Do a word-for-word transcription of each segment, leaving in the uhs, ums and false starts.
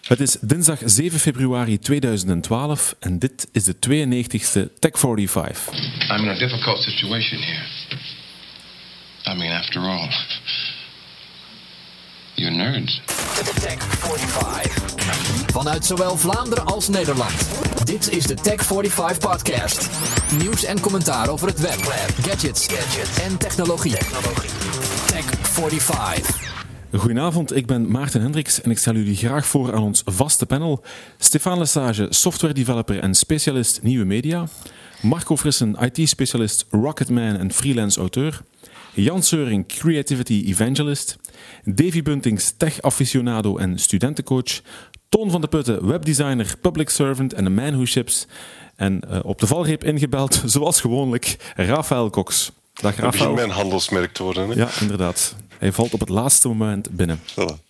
Het is dinsdag zeven februari tweeduizend twaalf en dit is de tweeënnegentigste Tech vijfenveertig. I'm in a difficult situation here. I mean, after all, you're nerds. Tech vijfenveertig. Vanuit zowel Vlaanderen als Nederland. Dit is de Tech vijfenveertig podcast. Nieuws en commentaar over het web, gadgets, gadgets en technologie. technologie. Tech vijfenveertig. Goedenavond, ik ben Maarten Hendricks en ik stel jullie graag voor aan ons vaste panel. Stefan Lesage, software developer en specialist nieuwe media. Marco Frissen, I T-specialist, rocketman en freelance auteur. Jan Seuring, creativity evangelist. Davy Buntings, tech-aficionado en studentencoach. Toon van de Putten, webdesigner, public servant en een man who ships. En uh, op de valreep ingebeld, zoals gewoonlijk, Rafael Cox. Dag Rafael. Het begint mijn handelsmerk te worden. Hè? Ja, inderdaad. Hij valt op het laatste moment binnen. Voilà.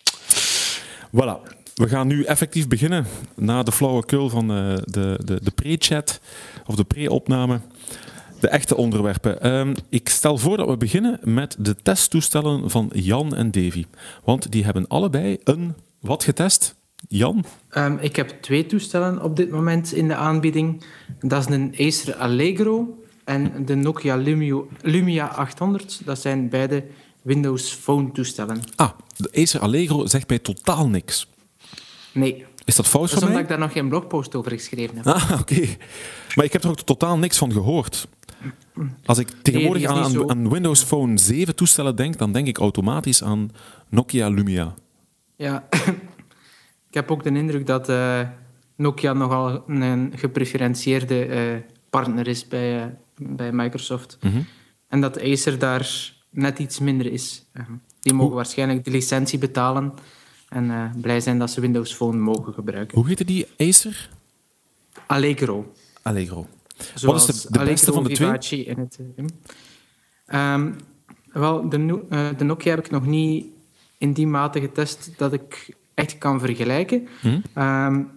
Voilà. We gaan nu effectief beginnen, na de flauwekul van uh, de, de, de pre-chat, of de pre-opname. De echte onderwerpen. Um, ik stel voor dat we beginnen met de testtoestellen van Jan en Davy. Want die hebben allebei een... Wat getest? Jan? Um, ik heb twee toestellen op dit moment in de aanbieding. Dat is een Acer Allegro en de Nokia Lumio, Lumia achthonderd. Dat zijn beide Windows Phone toestellen. Ah, de Acer Allegro zegt mij totaal niks. Nee. Is dat fout dat van mij? omdat ik daar nog geen blogpost over geschreven heb. Ah, oké. Okay. Maar ik heb er ook totaal niks van gehoord. Als ik tegenwoordig nee, aan, zo... aan Windows Phone zeven toestellen denk, dan denk ik automatisch aan Nokia Lumia. Ja, ik heb ook de indruk dat uh, Nokia nogal een gepreferentieerde uh, partner is bij, uh, bij Microsoft. Mm-hmm. En dat Acer daar net iets minder is. Uh, die mogen Hoe? waarschijnlijk de licentie betalen en uh, blij zijn dat ze Windows Phone mogen gebruiken. Hoe heette die Acer? Allegro. Allegro. Zoals Wat is de, de beste van de twee? In het, uh, um, wel, de, uh, de Nokia heb ik nog niet in die mate getest dat ik echt kan vergelijken. Hmm? Um,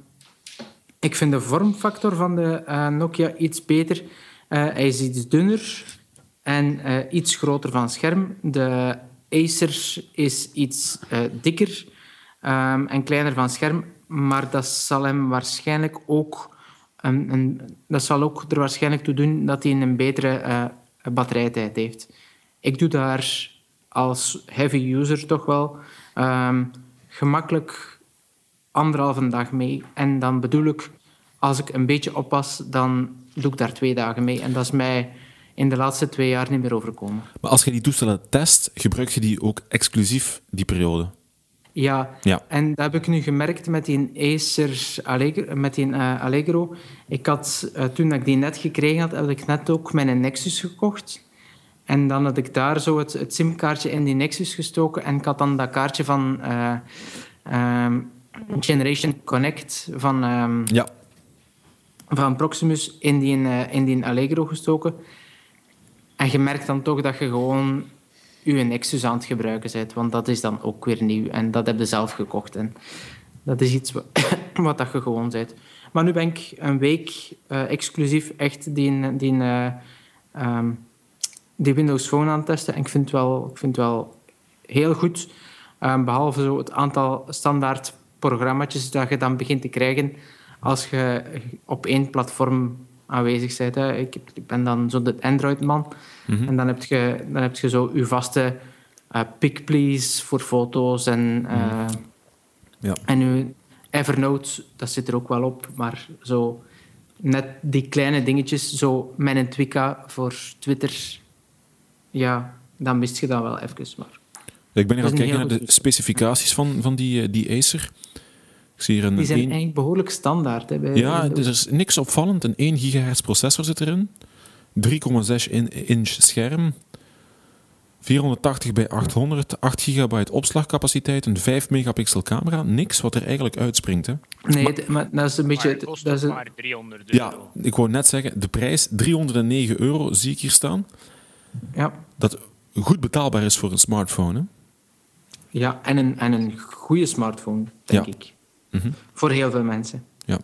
ik vind de vormfactor van de uh, Nokia iets beter. Uh, hij is iets dunner en uh, iets groter van scherm. De Acer is iets uh, dikker um, en kleiner van scherm, maar dat zal hem waarschijnlijk ook... Um, en dat zal ook er waarschijnlijk toe doen dat hij een betere uh, batterijtijd heeft. Ik doe daar als heavy user toch wel um, gemakkelijk anderhalve dag mee. En dan bedoel ik, als ik een beetje oppas, dan doe ik daar twee dagen mee. En dat is mij in de laatste twee jaar niet meer overkomen. Maar als je die toestellen test, gebruik je die ook exclusief die periode? Ja, ja, en dat heb ik nu gemerkt met die Acer Allegro. Met die, uh, Allegro. Ik had, uh, toen ik die net gekregen had, heb ik net ook mijn Nexus gekocht. En dan had ik daar zo het, het simkaartje in die Nexus gestoken. En ik had dan dat kaartje van uh, um, Generation Connect van, um, ja. van Proximus in die, uh, in die Allegro gestoken. En je merkt dan toch dat je gewoon... je Nexus aan het gebruiken bent, want dat is dan ook weer nieuw. En dat heb je zelf gekocht. En dat is iets wat, wat dat je gewoon bent. Maar nu ben ik een week uh, exclusief echt die, die, uh, um, die Windows Phone aan het testen. En ik vind het wel, ik vind het wel heel goed. Um, behalve zo het aantal standaard programma's dat je dan begint te krijgen als je op één platform aanwezig bent. Hè. Ik, ik ben dan zo de Android-man. Mm-hmm. En dan heb je, dan heb je zo je vaste uh, pick please voor foto's en, uh, mm. ja. en je Evernote, dat zit er ook wel op, maar zo net die kleine dingetjes, zo met een Twika voor Twitter, ja, dan mist je dat wel even. Maar ik ben hier aan het kijken naar de specificaties van, van die, die Acer. Ik zie hier een die zijn een... eigenlijk behoorlijk standaard. Hè, bij ja, er is niks opvallend. Een één gigahertz processor zit erin. drie komma zes inch scherm. vierhonderdtachtig bij achthonderd. acht gigabyte opslagcapaciteit. Een vijf megapixel camera. Niks wat er eigenlijk uitspringt. Hè. Nee, maar, maar dat is een beetje... Maar het kost dat is een... maar driehonderd euro. Ja, ik wou net zeggen, de prijs driehonderdnegen euro zie ik hier staan. Ja. Dat goed betaalbaar is voor een smartphone. Hè? Ja, en een, en een goede smartphone, denk ja. ik. Mm-hmm. Voor heel veel mensen. Ja.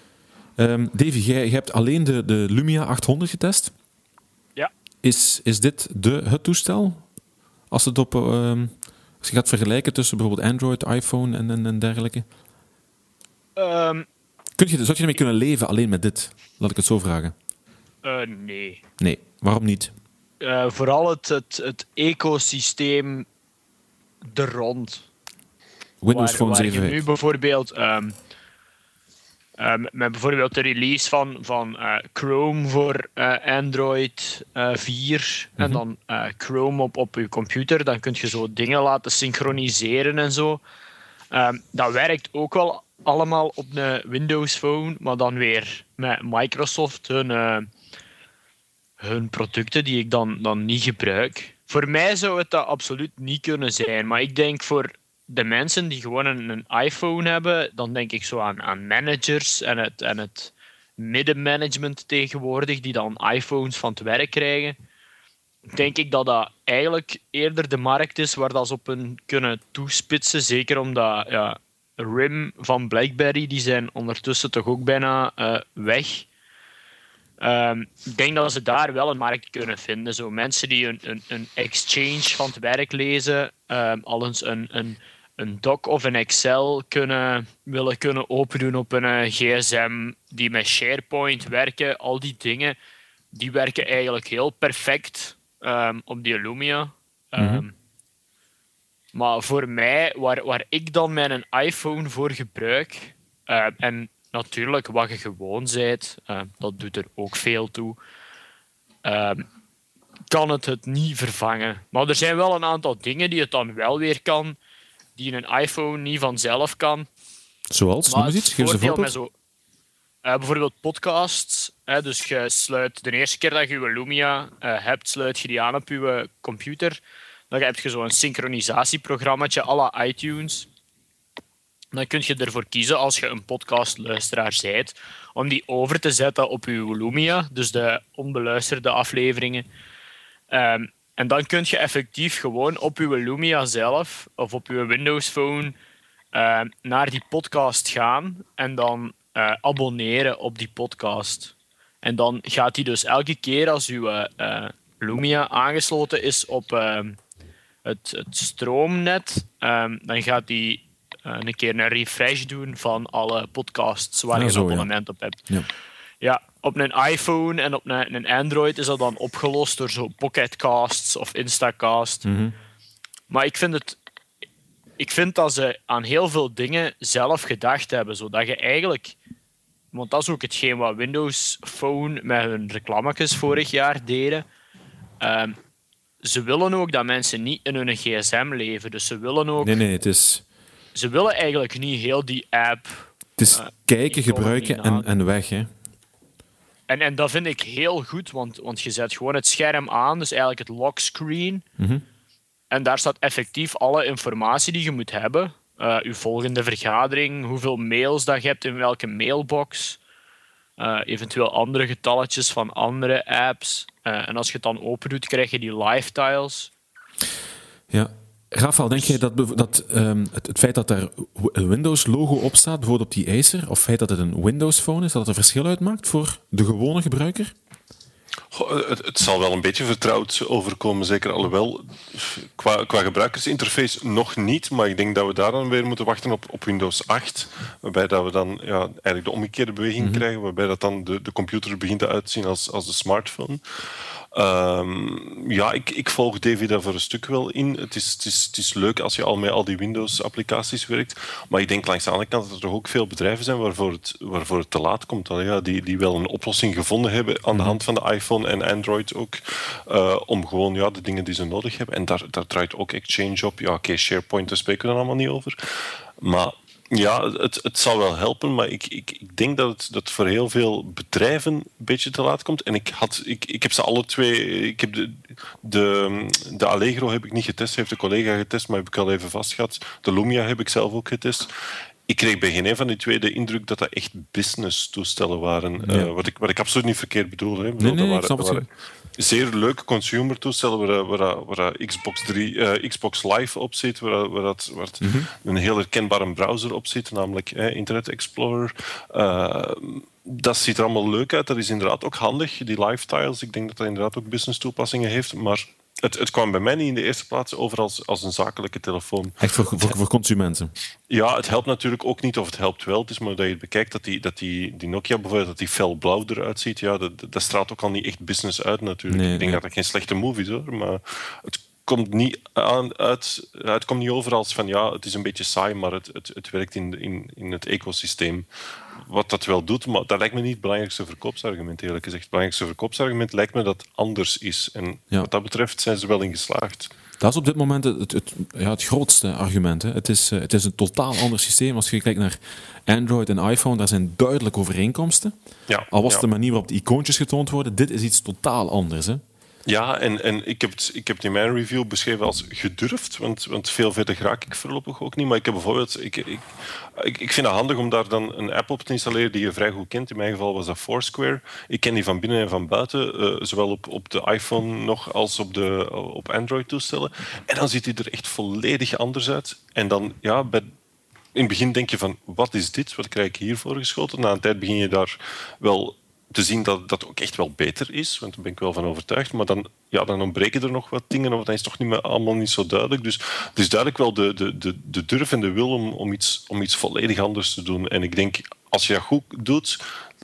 Um, Davy, jij, jij hebt alleen de, de Lumia achthonderd getest. Ja. Is, is dit de, het toestel? Als, het op, um, als je gaat vergelijken tussen bijvoorbeeld Android, iPhone en, en, en dergelijke? Um, Kun je, zou je ermee kunnen leven alleen met dit? Laat ik het zo vragen. uh, nee. Nee, waarom niet? Uh, vooral het, het, het ecosysteem er rond. Windows waar, Phone waar je zeven. nu bijvoorbeeld... Um, um, met bijvoorbeeld de release van, van uh, Chrome voor uh, Android uh, vier mm-hmm. en dan uh, Chrome op, op je computer, dan kun je zo dingen laten synchroniseren en zo. Um, dat werkt ook wel allemaal op een Windows Phone, maar dan weer met Microsoft hun, uh, hun producten die ik dan, dan niet gebruik. Voor mij zou het dat absoluut niet kunnen zijn, maar ik denk voor de mensen die gewoon een, een iPhone hebben, dan denk ik zo aan, aan managers en het, en het middenmanagement tegenwoordig, die dan iPhones van het werk krijgen. Denk ik dat dat eigenlijk eerder de markt is waar dat ze op hun kunnen toespitsen. Zeker omdat ja, R I M van BlackBerry, die zijn ondertussen toch ook bijna uh, weg. Um, ik denk dat ze daar wel een markt kunnen vinden. Zo mensen die een, een, een Exchange van het werk lezen, um, al eens een, een, een doc of een Excel kunnen, willen kunnen opendoen op een uh, gsm, die met SharePoint werken, al die dingen, die werken eigenlijk heel perfect um, op die Lumia. Um, mm-hmm. Maar voor mij, waar, waar ik dan mijn iPhone voor gebruik, uh, en natuurlijk wat je gewoon bent, uh, dat doet er ook veel toe, uh, kan het het niet vervangen. Maar er zijn wel een aantal dingen die het dan wel weer kan, die een iPhone niet vanzelf kan. Zoals? Noem eens iets, geef eens een voorbeeld. Zo, uh, bijvoorbeeld podcasts. Hè, dus je sluit de eerste keer dat je je Lumia uh, hebt, sluit je die aan op je computer. Dan heb je zo'n synchronisatieprogrammaatje à la iTunes. Dan kun je ervoor kiezen, als je een podcastluisteraar bent, om die over te zetten op je Lumia, dus de onbeluisterde afleveringen. Um, en dan kun je effectief gewoon op je Lumia zelf, of op je Windows Phone, uh, naar die podcast gaan en dan uh, abonneren op die podcast. En dan gaat die dus elke keer als je uh, Lumia aangesloten is op uh, het, het stroomnet, um, dan gaat die uh, een keer een refresh doen van alle podcasts waar ja, je zo, een abonnement ja. op hebt. Ja. Ja, op een iPhone en op een, een Android is dat dan opgelost door zo Pocketcasts of Instacast. Mm-hmm. Maar ik vind, het, ik vind dat ze aan heel veel dingen zelf gedacht hebben, zodat je eigenlijk... Want dat is ook hetgeen wat Windows Phone met hun reclametjes vorig jaar deden. Um, ze willen ook dat mensen niet in hun gsm leven. Dus ze willen ook... Nee, nee, het is... Ze willen eigenlijk niet heel die app... Het is uh, kijken, gebruiken en, en weg, hè. En, en dat vind ik heel goed, want, want je zet gewoon het scherm aan, dus eigenlijk het lockscreen. Mm-hmm. En daar staat effectief alle informatie die je moet hebben. Uh, je volgende vergadering, hoeveel mails dat je hebt in welke mailbox. Uh, eventueel andere getalletjes van andere apps. Uh, en als je het dan open doet, krijg je die live tiles. Ja. Rafael, denk jij dat, dat um, het, het feit dat daar een Windows-logo op staat, bijvoorbeeld op die Acer, of het feit dat het een Windows-phone is, dat het een verschil uitmaakt voor de gewone gebruiker? Goh, het, het zal wel een beetje vertrouwd overkomen, zeker. Alhoewel, qua, qua gebruikersinterface nog niet, maar ik denk dat we daar dan weer moeten wachten op, op Windows acht, waarbij dat we dan ja, eigenlijk de omgekeerde beweging mm-hmm. krijgen, waarbij dat dan de, de computer begint te uitzien als, als de smartphone. Um, ja, ik, ik volg Davy daar voor een stuk wel in. Het is, het, is, het is leuk als je al met al die Windows-applicaties werkt. Maar ik denk langs de andere kant dat er toch ook veel bedrijven zijn waarvoor het, waarvoor het te laat komt. Al, ja, die, die wel een oplossing gevonden hebben aan de hand van de iPhone en Android ook. Uh, om gewoon ja, de dingen die ze nodig hebben. En daar, daar draait ook Exchange op. Ja, oké, okay, SharePoint, daar spreken we dan allemaal niet over. Maar... Ja, het, het zal wel helpen, maar ik, ik, ik denk dat het dat voor heel veel bedrijven een beetje te laat komt. En ik, had, ik, ik heb ze alle twee... Ik heb de, de, de Allegro heb ik niet getest, heeft een collega getest, maar heb ik al even vastgehad. De Lumia heb ik zelf ook getest. Ik kreeg bij geen een van die twee de indruk dat dat echt business-toestellen waren. Ja. Uh, wat, ik, wat ik absoluut niet verkeerd bedoel. Hè. Nee, nee, dat ik snap het. waren zeer leuke consumer-toestellen waar, waar, waar Xbox, drie, uh, Xbox Live op zit, waar, waar, dat, waar mm-hmm. een heel herkenbare browser op zit, namelijk eh, Internet Explorer. Uh, dat ziet er allemaal leuk uit. Dat is inderdaad ook handig, die live tiles. Ik denk dat dat inderdaad ook business-toepassingen heeft, maar het, het kwam bij mij niet in de eerste plaats over als, als een zakelijke telefoon. Echt voor, voor, voor consumenten? Ja, het helpt natuurlijk ook niet, of het helpt wel. Het is maar dat je het bekijkt dat die, dat die, die Nokia bijvoorbeeld, dat die felblauw eruit ziet. Ja, dat, dat straalt ook al niet echt business uit natuurlijk. Nee, ik denk nee. dat het geen slechte move is, hoor. Maar het komt niet aan, uit, het komt niet over als van ja, het is een beetje saai, maar het, het, het werkt in, in, in het ecosysteem. Wat dat wel doet, maar dat lijkt me niet het belangrijkste verkoopsargument, eerlijk gezegd. Het belangrijkste verkoopsargument lijkt me dat het anders is. En Ja. wat dat betreft zijn ze wel in geslaagd. Dat is op dit moment het, het, het, ja, het grootste argument. Hè. Het, is, uh, het is een totaal ander systeem. Als je kijkt naar Android en iPhone, daar zijn duidelijk overeenkomsten. Ja, Al was ja. de manier waarop de icoontjes getoond worden, dit is iets totaal anders. Hè. Ja, en, en ik, heb het, ik heb het in mijn review beschreven als gedurfd, want, want veel verder raak ik voorlopig ook niet. Maar ik heb bijvoorbeeld, ik, ik, ik, ik vind het handig om daar dan een app op te installeren die je vrij goed kent. In mijn geval was dat Foursquare. Ik ken die van binnen en van buiten, uh, zowel op, op de iPhone nog als op, de, op Android-toestellen. En dan ziet hij er echt volledig anders uit. En dan, ja, bij, in het begin denk je van, wat is dit? Wat krijg ik hiervoor geschoten? Na een tijd begin je daar wel te zien dat dat ook echt wel beter is, want daar ben ik wel van overtuigd. Maar dan, ja, dan ontbreken er nog wat dingen, of dan is het toch niet meer, allemaal niet zo duidelijk. Dus het is duidelijk wel de, de, de, de durf en de wil om, om, iets, om iets volledig anders te doen. En ik denk, als je dat goed doet,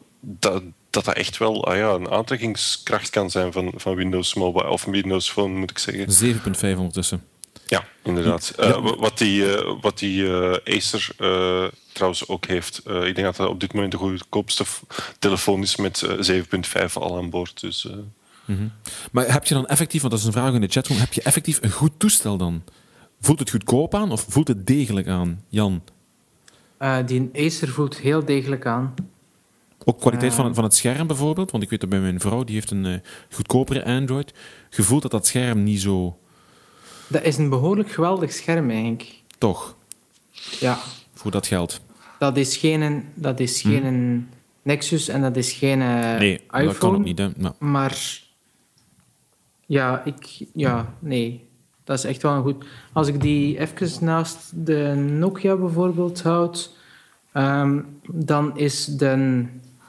dat dat, dat echt wel ah ja, een aantrekkingskracht kan zijn van, van Windows Mobile, of Windows Phone, moet ik zeggen. zeven punt vijf ondertussen. Ja, inderdaad. Ja. Uh, wat die, uh, wat die uh, Acer uh, trouwens ook heeft. Uh, ik denk dat dat op dit moment de goedkoopste f- telefoon is met uh, zeven punt vijf al aan boord. Dus, uh. mm-hmm. Maar heb je dan effectief, want dat is een vraag in de chatroom, heb je effectief een goed toestel dan? Voelt het goedkoop aan of voelt het degelijk aan, Jan? Uh, die Acer voelt heel degelijk aan. Ook kwaliteit van het, van het scherm bijvoorbeeld? Want ik weet dat bij mijn vrouw, die heeft een uh, goedkopere Android. Je voelt dat dat scherm niet zo... Dat is een behoorlijk geweldig scherm, eigenlijk. Toch? Ja. Voor dat geld. Dat is geen, dat is geen hmm. Nexus en dat is geen uh, nee, iPhone. dat kan ook niet. Hè? Nou. Maar... Ja, ik... Ja, nee. Dat is echt wel een goed... Als ik die even naast de Nokia bijvoorbeeld houd, um, dan is de,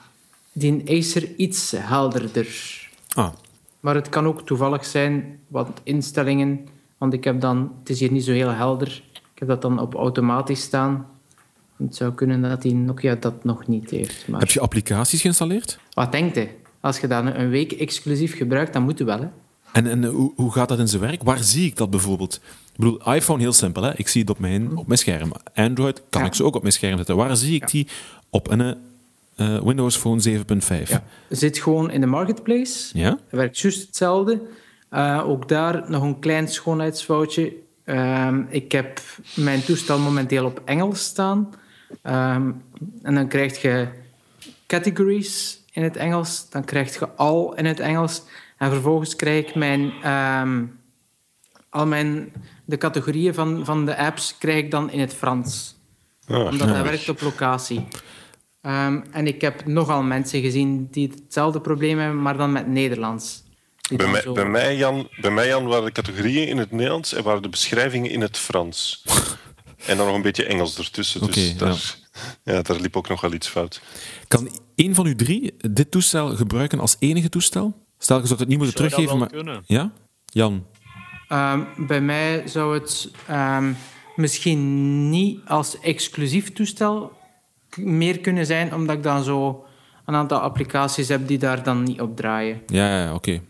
die Acer iets helderder. Ah. Maar het kan ook toevallig zijn wat instellingen... Want ik heb dan... Het is hier niet zo heel helder. Ik heb dat dan op automatisch staan. Het zou kunnen dat die Nokia dat nog niet heeft. Maar... Heb je applicaties geïnstalleerd? Wat denkt je? Als je dat een week exclusief gebruikt, dan moet je wel, hè? En, en hoe, hoe gaat dat in zijn werk? Waar zie ik dat bijvoorbeeld? Ik bedoel, iPhone heel simpel, hè? Ik zie het op mijn, op mijn scherm. Android kan ja. ik ze ook op mijn scherm zetten. Waar zie ik ja. die? Op een uh, Windows Phone zeven punt vijf. Ja. Zit gewoon in de marketplace. Ja? Het werkt juist hetzelfde. Uh, ook daar nog een klein schoonheidsfoutje. Uh, ik heb mijn toestel momenteel op Engels staan. Um, en dan krijg je categories in het Engels. Dan krijg je all in het Engels. En vervolgens krijg ik mijn, um, al mijn, de categorieën van, van de apps krijg ik dan in het Frans. Oh, omdat ja. dat werkt op locatie. Um, en ik heb nogal mensen gezien die hetzelfde probleem hebben, maar dan met Nederlands. Bij mij, zo... bij, mij, Jan, bij mij, Jan, waren de categorieën in het Nederlands en waren de beschrijvingen in het Frans. En dan nog een beetje Engels ertussen. Okay, dus daar, ja. Ja, daar liep ook nog wel iets fout. Kan één van u drie dit toestel gebruiken als enige toestel? Stel, je zou het niet moeten zou teruggeven, maar... Kunnen. Ja? Jan? Um, bij mij zou het um, misschien niet als exclusief toestel meer kunnen zijn, omdat ik dan zo een aantal applicaties heb die daar dan niet op draaien. Ja, ja, oké. Okay.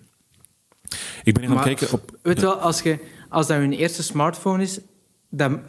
Ik ben hier aan het kijken op... Weet je wel, als, je, als dat je eerste smartphone is, dan,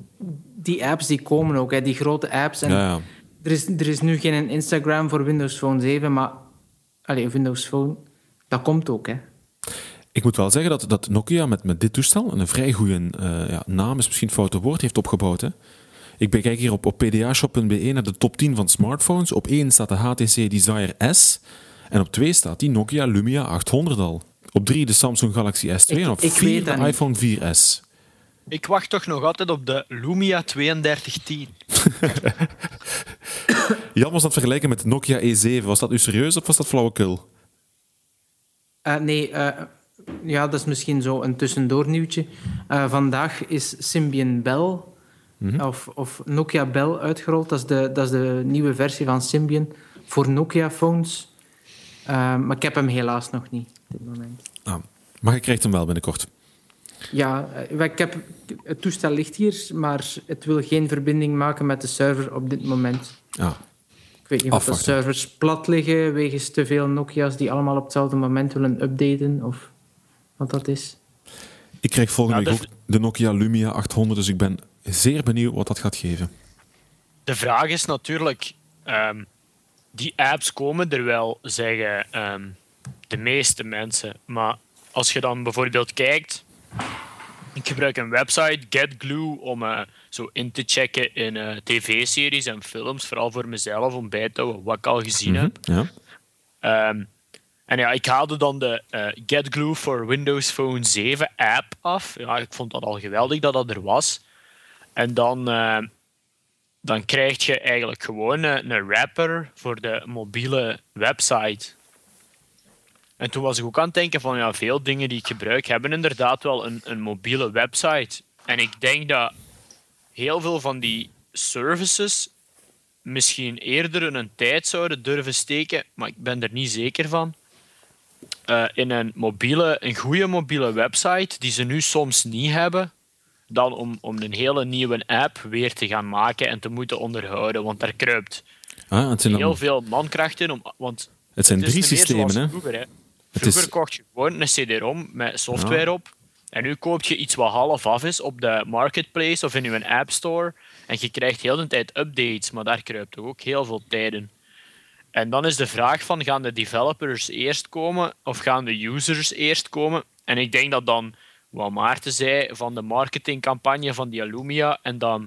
die apps die komen ook, hè, die grote apps. En ja, ja. Er, is, er is nu geen Instagram voor Windows Phone zeven, maar... Allee, Windows Phone, dat komt ook, hè. Ik moet wel zeggen dat, dat Nokia met, met dit toestel een vrij goede uh, ja, naam, is misschien het foute woord, heeft opgebouwd, hè. Ik kijk hier op, op p d a shop punt b e naar de top tien van smartphones. Op één staat de H T C Desire S. En op twee staat die Nokia Lumia achthonderd al. Op drie de Samsung Galaxy S twee. Ik, en op vier de iPhone vier S. Ik wacht toch nog altijd op de Lumia tweeëndertig tien. Jan was dat vergelijken met Nokia E zeven. Was dat u serieus of was dat flauwekul? Uh, nee, uh, ja, dat is misschien zo een tussendoornieuwtje. Uh, vandaag is Symbian Bell... Mm-hmm. Of, of Nokia Bell uitgerold. Dat is, de, dat is de nieuwe versie van Symbian voor Nokia-phones. Uh, maar ik heb hem helaas nog niet op dit moment. Ah, Maar je krijgt hem wel binnenkort. Ja, ik heb, het toestel ligt hier, maar het wil geen verbinding maken met de server op dit moment. Ah. Ik weet niet of de servers plat liggen wegens te veel Nokia's die allemaal op hetzelfde moment willen updaten of wat dat is. Ik krijg volgende ja, week de... ook de Nokia Lumia achthonderd, dus ik ben zeer benieuwd wat dat gaat geven. De vraag is natuurlijk, um, die apps komen er wel, zeggen um, de meeste mensen. Maar als je dan bijvoorbeeld kijkt, ik gebruik een website, GetGlue, om uh, zo in te checken in uh, tv-series en films, vooral voor mezelf, om bij te houden wat ik al gezien Mm-hmm, heb. Ja. Um, en ja, ik haalde dan de uh, GetGlue voor Windows Phone zeven app af. Ja, ik vond dat al geweldig dat dat er was. En dan... Uh, dan krijg je eigenlijk gewoon een, een wrapper voor de mobiele website. En toen was ik ook aan het denken van, ja, veel dingen die ik gebruik hebben inderdaad wel een, een mobiele website. En ik denk dat heel veel van die services misschien eerder een tijd zouden durven steken, maar ik ben er niet zeker van, uh, in een, mobiele, een goede mobiele website, die ze nu soms niet hebben, dan om, om een hele nieuwe app weer te gaan maken en te moeten onderhouden. Want daar kruipt ah, het zijn heel dan... veel mankracht in. Om, want het zijn het is drie systemen, hè? Vroeger, hè. vroeger is... kocht je gewoon een cd-rom met software ja. op. En nu koop je iets wat half af is op de marketplace of in je app store. En je krijgt heel de tijd updates, maar daar kruipt toch ook heel veel tijd in. En dan is de vraag van, gaan de developers eerst komen of gaan de users eerst komen? En ik denk dat dan... wat Maarten zei, van de marketingcampagne van die Lumia en dan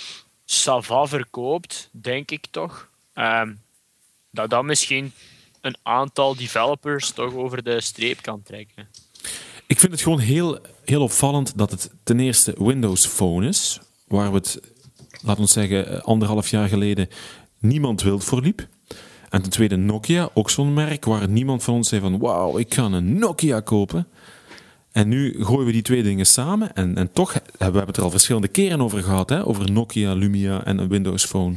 Sava verkoopt, denk ik toch, um, dat dat misschien een aantal developers toch over de streep kan trekken. Ik vind het gewoon heel, heel opvallend dat het ten eerste Windows Phone is, waar we het, laten we zeggen, anderhalf jaar geleden niemand wild voor liep. En ten tweede Nokia, ook zo'n merk waar niemand van ons zei van wauw, ik ga een Nokia kopen. En nu gooien we die twee dingen samen en, en toch hebben we het er al verschillende keren over gehad, hè? Over Nokia, Lumia en een Windows Phone.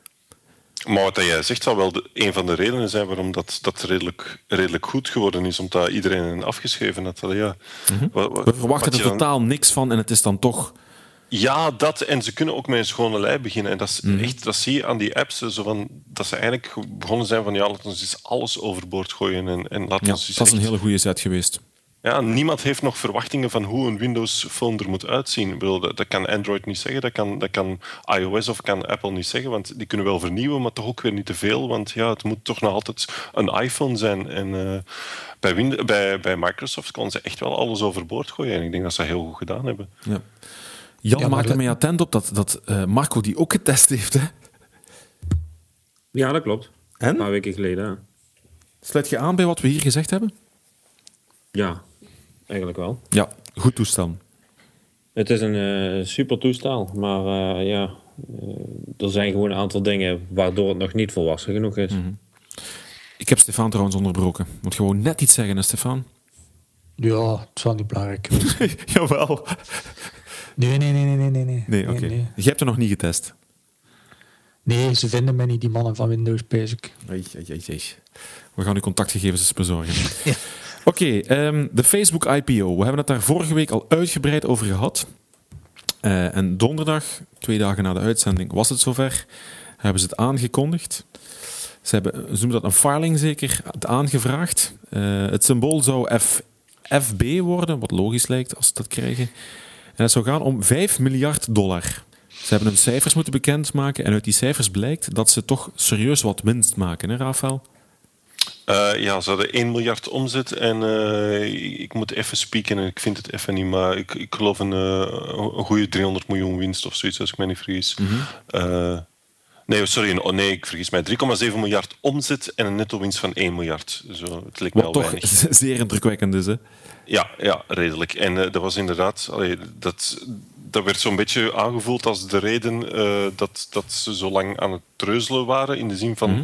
Maar wat jij zegt zal wel de, een van de redenen zijn waarom dat, dat redelijk, redelijk goed geworden is, omdat iedereen een afgeschreven had. Ja, mm-hmm. wat, wat, we verwachten er dan... totaal niks van en het is dan toch... Ja, dat. En ze kunnen ook met een schone lei beginnen. En dat, is mm-hmm. echt, dat zie je aan die apps. Zo van, dat ze eigenlijk begonnen zijn van ja, laten we eens alles overboord gooien. En, en laten ja, ons dat is een echt... hele goede zet geweest. Ja, niemand heeft nog verwachtingen van hoe een Windows Phone er moet uitzien. Ik bedoel, dat, dat kan Android niet zeggen, dat kan, dat kan iOS of kan Apple niet zeggen, want die kunnen wel vernieuwen, maar toch ook weer niet te veel, want ja, het moet toch nog altijd een iPhone zijn. En uh, bij, Wind- bij, bij Microsoft kon ze echt wel alles overboord gooien en ik denk dat ze dat heel goed gedaan hebben. Ja. Jan ja, maakte dat... mij attent op dat, dat uh, Marco die ook getest heeft, hè? Ja, dat klopt. En? Een paar weken geleden, ja. Sluit je aan bij wat we hier gezegd hebben? Ja, eigenlijk wel. Ja, goed toestel. Het is een uh, super toestel, maar uh, ja, uh, er zijn gewoon een aantal dingen waardoor het nog niet volwassen genoeg is. Mm-hmm. Ik heb Stefan trouwens onderbroken. Moet gewoon net iets zeggen, hè, Stefan? Ja, het is wel niet belangrijk. Jawel. Nee, nee, nee, nee, nee, nee. Nee, oké. Okay. Nee, nee. Je hebt er nog niet getest? Nee, ze vinden mij niet, die mannen van Windows, bezig. Ei, ei, ei, ei. We gaan uw contactgegevens eens bezorgen. Ja. Oké, okay, um, de Facebook I P O. We hebben het daar vorige week al uitgebreid over gehad. Uh, en donderdag, twee dagen na de uitzending, was het zover. Hebben ze het aangekondigd. Ze hebben, ze noemen dat een filing zeker, het aangevraagd. Uh, het symbool zou F, F B worden, wat logisch lijkt als ze dat krijgen. En het zou gaan om vijf miljard dollar. Ze hebben hun cijfers moeten bekendmaken en uit die cijfers blijkt dat ze toch serieus wat winst maken, hè, Rafael? Uh, ja, ze hadden één miljard omzet en uh, ik moet even spieken en ik vind het even niet, maar ik, ik geloof een, uh, een goede driehonderd miljoen winst of zoiets, als ik me niet vergis. Mm-hmm. Uh, nee, sorry, oh nee, ik vergis mij. drie komma zeven miljard omzet en een netto winst van één miljard. Zo, het leek Wat wel toch weinig. Zeer indrukwekkend is, hè? Ja, ja, redelijk. En uh, dat was inderdaad... Allee, dat, dat werd zo'n beetje aangevoeld als de reden uh, dat, dat ze zo lang aan het treuzelen waren. In de zin van... Mm-hmm.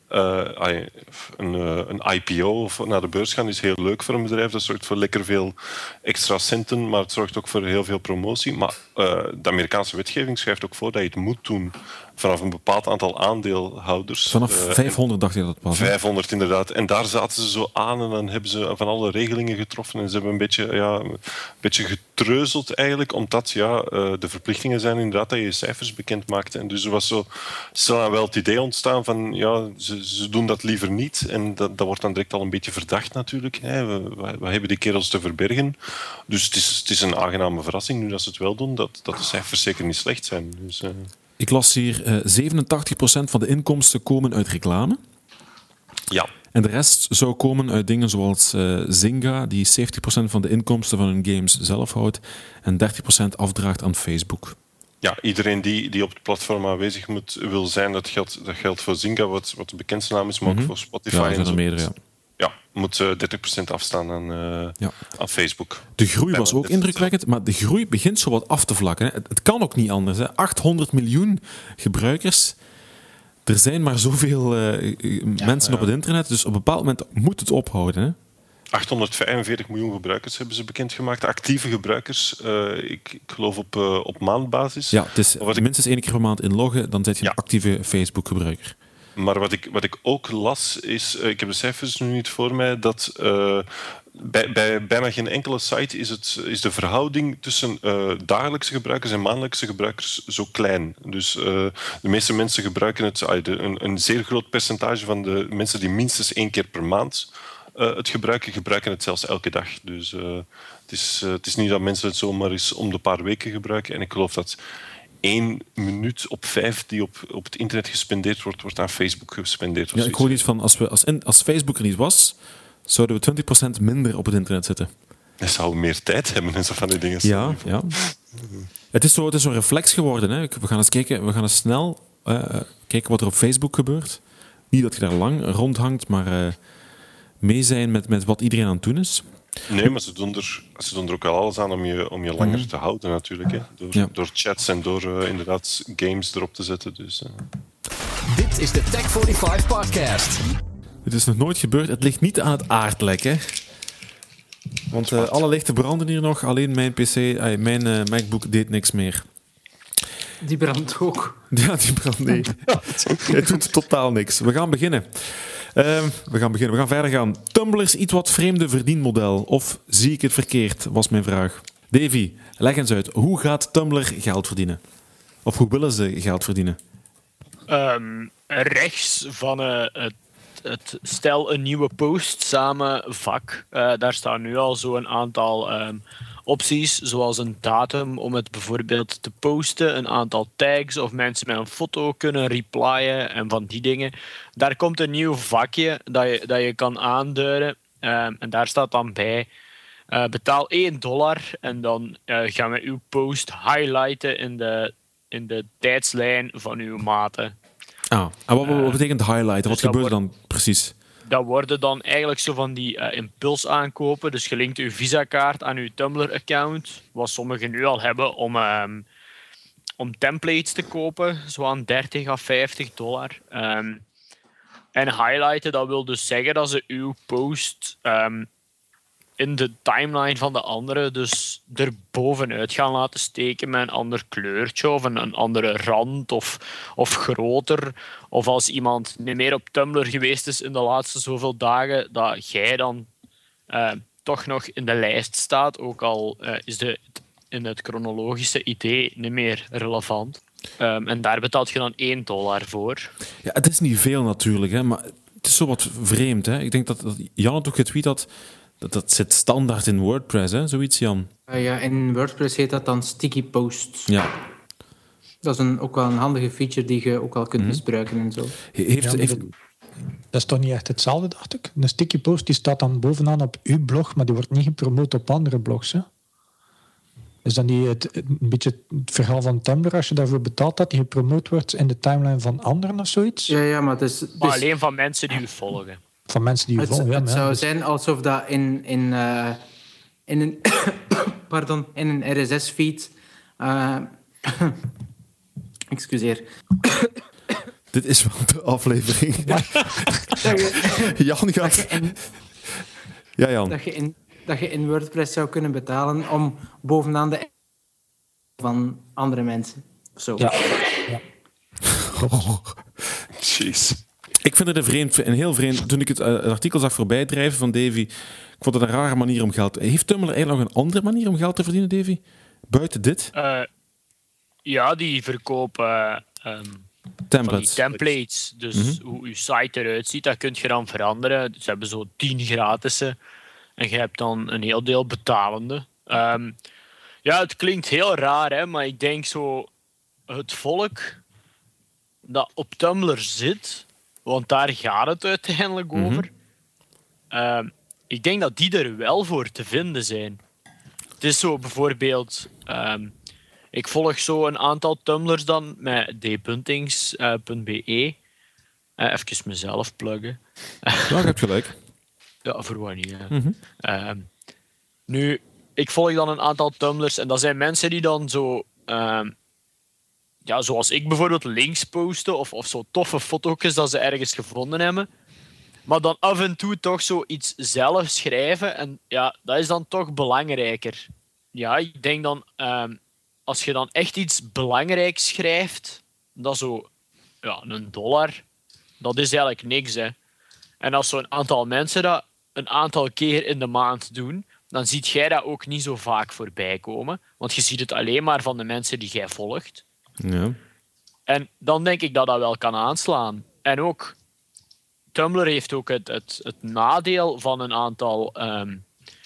Uh, een, uh, een I P O of naar de beurs gaan is heel leuk voor een bedrijf. Dat zorgt voor lekker veel extra centen, maar het zorgt ook voor heel veel promotie. Maar uh, de Amerikaanse wetgeving schrijft ook voor dat je het moet doen vanaf een bepaald aantal aandeelhouders. Vanaf uh, vijfhonderd dacht je dat het was. vijfhonderd inderdaad. En daar zaten ze zo aan en dan hebben ze van alle regelingen getroffen en ze hebben een beetje, ja, een beetje getreuzeld eigenlijk, omdat ja, uh, de verplichtingen zijn inderdaad dat je je cijfers bekend maakt. En dus er was zo stilaan wel het idee ontstaan van ja, ze, ze doen dat liever niet. En dat, dat wordt dan direct al een beetje verdacht natuurlijk. Hè. We, we, we hebben die kerels te verbergen. Dus het is, het is een aangename verrassing nu dat ze het wel doen, dat, dat de cijfers zeker niet slecht zijn. Dus, uh... Ik las hier, uh, zevenentachtig procent van de inkomsten komen uit reclame. Ja. En de rest zou komen uit dingen zoals uh, Zynga, die zeventig procent van de inkomsten van hun games zelf houdt en dertig procent afdraagt aan Facebook. Ja, iedereen die, die op het platform aanwezig moet, wil zijn, dat geldt, dat geldt voor Zynga, wat, wat de bekendste naam is, maar mm-hmm. ook voor Spotify. Ja, er zijn en zo. er meerdere, ja. Ja, moet uh, dertig procent afstaan aan, uh, ja. aan Facebook. De groei was ook indrukwekkend, maar de groei begint zo wat af te vlakken. Hè. Het, het kan ook niet anders. Hè. achthonderd miljoen gebruikers. Er zijn maar zoveel uh, ja, mensen ja. op het internet, dus op een bepaald moment moet het ophouden. Hè. achthonderdvijfenveertig miljoen gebruikers hebben ze bekendgemaakt. Actieve gebruikers, uh, ik, ik geloof op, uh, op maandbasis. Ja, het is ik... minstens één keer per maand inloggen, dan zet je ja. een actieve Facebook-gebruiker. Maar wat ik, wat ik ook las is, uh, ik heb de cijfers nu niet voor mij, dat uh, bij, bij bijna geen enkele site is, het, is de verhouding tussen uh, dagelijkse gebruikers en maandelijkse gebruikers zo klein. Dus uh, de meeste mensen gebruiken het, uh, de, een, een zeer groot percentage van de mensen die minstens één keer per maand uh, het gebruiken, gebruiken het zelfs elke dag. Dus uh, het, is, uh, het is niet dat mensen het zomaar eens om de paar weken gebruiken. En ik geloof dat één minuut op vijf die op, op het internet gespendeerd wordt, wordt aan Facebook gespendeerd. Ja, ik hoor iets van, als, we, als, in, als Facebook er niet was, zouden we twintig procent minder op het internet zitten. Dan zouden we meer tijd hebben en zo van die dingen. Ja, ja. Het is zo, het is zo'n reflex geworden. Hè. We gaan eens kijken, we gaan eens snel uh, kijken wat er op Facebook gebeurt. Niet dat je daar lang rondhangt, maar uh, mee zijn met, met wat iedereen aan het doen is. Nee, maar ze doen er, ze doen er ook al alles aan om je, om je langer mm. te houden natuurlijk. Hè. Door, ja. door chats en door uh, inderdaad games erop te zetten. Dus, uh. Dit is de Tech vijfenveertig podcast. Het is nog nooit gebeurd. Het ligt niet aan het aardlek, hè. Want uh, alle lichten branden hier nog. Alleen mijn P C, uh, mijn uh, MacBook deed niks meer. Die brandt ook. Ja, die brandt niet. Het doet totaal niks. We gaan beginnen. Uh, we gaan beginnen. We gaan verder gaan. Tumblr's iets wat vreemde verdienmodel. Of zie ik het verkeerd, was mijn vraag. Davy, leg eens uit. Hoe gaat Tumblr geld verdienen? Of hoe willen ze geld verdienen? Um, rechts van uh, het, het stel een nieuwe post samen vak. Uh, daar staan nu al zo'n aantal um, opties, zoals een datum om het bijvoorbeeld te posten, een aantal tags of mensen met een foto kunnen replyen en van die dingen. Daar komt een nieuw vakje dat je, dat je kan aanduiden um, en daar staat dan bij uh, betaal één dollar en dan uh, gaan we uw post highlighten in de, in de tijdslijn van uw maten. Ah, en wat, wat betekent highlighten? Wat dus gebeurt er dan precies? Dat worden dan eigenlijk zo van die uh, impulsaankopen. Dus je linkt uw Visa-kaart aan uw Tumblr-account. Wat sommigen nu al hebben om, um, om templates te kopen. Zo aan dertig à vijftig dollar. Um, en highlighten, dat wil dus zeggen dat ze uw post um, in de timeline van de anderen dus er bovenuit gaan laten steken met een ander kleurtje of een, een andere rand of, of groter. Of als iemand niet meer op Tumblr geweest is in de laatste zoveel dagen, dat jij dan uh, toch nog in de lijst staat, ook al uh, is de, in het chronologische idee niet meer relevant. Um, en daar betaalt je dan één dollar voor. Ja, het is niet veel natuurlijk, hè, maar het is zo wat vreemd. Hè. Ik denk dat, dat Jan het ook getweet had. Dat, dat zit standaard in WordPress, hè? Zoiets, Jan? Uh, ja, in WordPress heet dat dan sticky posts. Ja. Dat is een, ook wel een handige feature die je ook al kunt hmm. misbruiken en zo. Heeft, ja, heeft... Dat is toch niet echt hetzelfde, dacht ik? Een sticky post die staat dan bovenaan op uw blog, maar die wordt niet gepromoot op andere blogs, hè? Is dan niet het, een beetje het verhaal van Tumblr, als je daarvoor betaalt, dat die gepromoot wordt in de timeline van anderen of zoiets? Ja, ja, maar het is... Het is... Maar alleen van mensen die u volgen. Van mensen die u het, volgen, ja. Het ja, zou dus... zijn alsof dat in, in, uh, in een, pardon, in een R S S-feed... Uh, excuseer. Dit is wel de aflevering. Jan gaat... Dat je, in, Ja, Jan. dat, je in, dat je in WordPress zou kunnen betalen om bovenaan de van andere mensen. Of zo. Ja. ja. Jeez. Ik vind het een, vreemd, een heel vreemd... Toen ik het, uh, het artikel zag voorbij drijven van Davy, ik vond het een rare manier om geld... Heeft Tumblr eigenlijk nog een andere manier om geld te verdienen, Davy? Buiten dit? Uh, ja, die verkopen uh, um, Templates. van die templates. Dus mm-hmm. hoe je site eruit ziet, dat kun je dan veranderen. Ze hebben zo tien gratis'e en je hebt dan een heel deel betalende. Um, ja, het klinkt heel raar, hè, maar ik denk zo... Het volk dat op Tumblr zit... Want daar gaat het uiteindelijk over. Mm-hmm. Uh, ik denk dat die er wel voor te vinden zijn. Het is zo bijvoorbeeld... Um, ik volg zo een aantal Tumblrs dan met debuntings punt be. Uh, uh, even mezelf pluggen. Ja, je hebt gelijk. Ja, voor wat niet. Mm-hmm. Uh, nu, ik volg dan een aantal Tumblrs en dat zijn mensen die dan zo... Uh, Ja, zoals ik bijvoorbeeld links posten of, of zo toffe foto's dat ze ergens gevonden hebben. Maar dan af en toe toch zoiets zelf schrijven. En ja, dat is dan toch belangrijker. Ja, ik denk dan, um, als je dan echt iets belangrijks schrijft, dat zo, ja, een dollar, dat is eigenlijk niks, hè. En als zo'n aantal mensen dat een aantal keer in de maand doen, dan ziet jij dat ook niet zo vaak voorbij komen. Want je ziet het alleen maar van de mensen die jij volgt. Ja. En dan denk ik dat dat wel kan aanslaan. En ook, Tumblr heeft ook het, het, het nadeel van een aantal, um,